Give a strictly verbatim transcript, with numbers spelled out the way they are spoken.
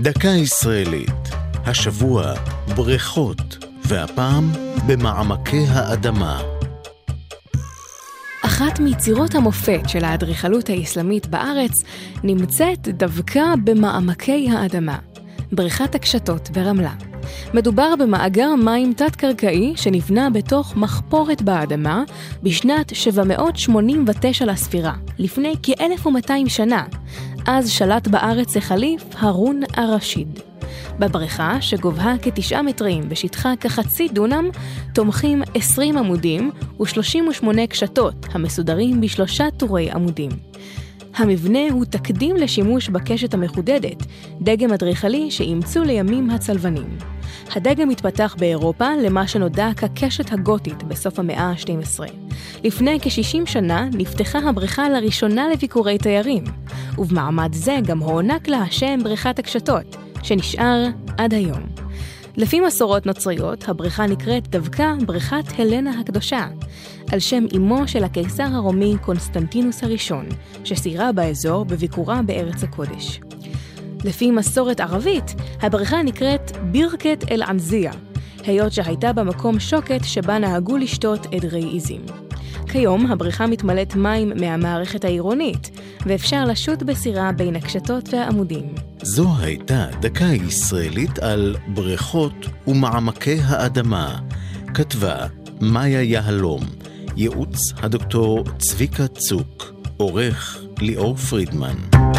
דקה ישראלית, השבוע בריכות, והפעם במעמקי האדמה. אחת מיצירות המופת של האדריכלות האסלאמית בארץ נמצאת דווקא במעמקי האדמה, בריכת הקשתות ברמלה. מדובר במאגר מים תת-קרקעי שנבנה בתוך מחפורת באדמה בשנת שבע מאות שמונים ותשע לספירה, לפני כ-אלף ומאתיים שנה. אז שלט בארץ החליף הרון הרשיד. בבריכה, שגובהה כתשעה מטרים ושטחה כחצי דונם, תומכים עשרים עמודים ו-שלושים ושמונה קשתות המסודרים בשלושה טורי עמודים. המבנה הוא תקדים לשימוש בקשת המחודדת, דגם אדריכלי שאימצו לימים הצלבנים. הדגם התפתח באירופה למה שנודע כקשת הגותית בסוף המאה ה-שתים עשרה. לפני כ-שישים שנה נפתחה הבריכה לראשונה לביקורי תיירים, ובמעמד זה גם הוענק לה השם בריכת הקשתות, שנשאר עד היום. לפי מסורות נוצריות, הבריכה נקראת דווקא בריכת הלנה הקדושה, על שם אמו של הקיסר הרומי קונסטנטינוס הראשון, שסיירה באזור בביקורה בארץ הקודש. לפי מסורת ערבית, הבריכה נקראת בירקת אל-ענזיה, היות שהייתה במקום שוקת שבה נהגו לשתות עדרי עיזים. כיום הבריכה מתמלאת מים מהמערכת העירונית, ואפשר לשוט בסירה בין הקשתות והעמודים. זו הייתה דקה ישראלית על בריכות ומעמקי האדמה. כתבה מאיה יהלום, ייעוץ הדוקטור צביקה צוק, עורך ליאור פרידמן.